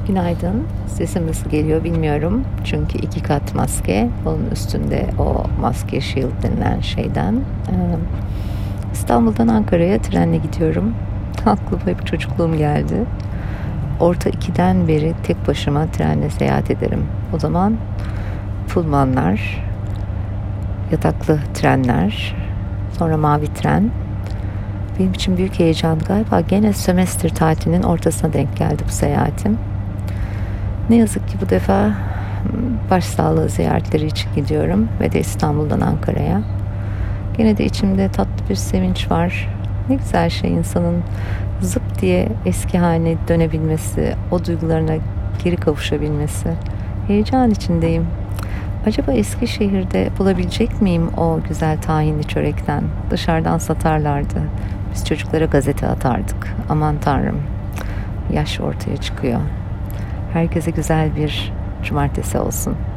Günaydın. Sesim nasıl geliyor bilmiyorum. Çünkü 2 kat maske. Onun üstünde o maske shield denilen şeyden. İstanbul'dan Ankara'ya trenle gidiyorum. Aklıma hep çocukluğum geldi. Orta 2'den beri tek başıma trenle seyahat ederim. O zaman pullmanlar, yataklı trenler, sonra mavi tren. Benim için büyük heyecan galiba. Gene sömestr tatilinin ortasına denk geldi bu seyahatim. Ne yazık ki bu defa başsağlığı ziyaretleri için gidiyorum ve de İstanbul'dan Ankara'ya. Gene de içimde tatlı bir sevinç var. Ne güzel şey insanın zıp diye eski haline dönebilmesi, o duygularına geri kavuşabilmesi. Heyecan içindeyim. Acaba Eskişehir'de bulabilecek miyim o güzel tahinli çörekten? Dışarıdan satarlardı. Biz çocuklara gazete atardık. Aman Tanrım, yaş ortaya çıkıyor. Herkese güzel bir cumartesi olsun.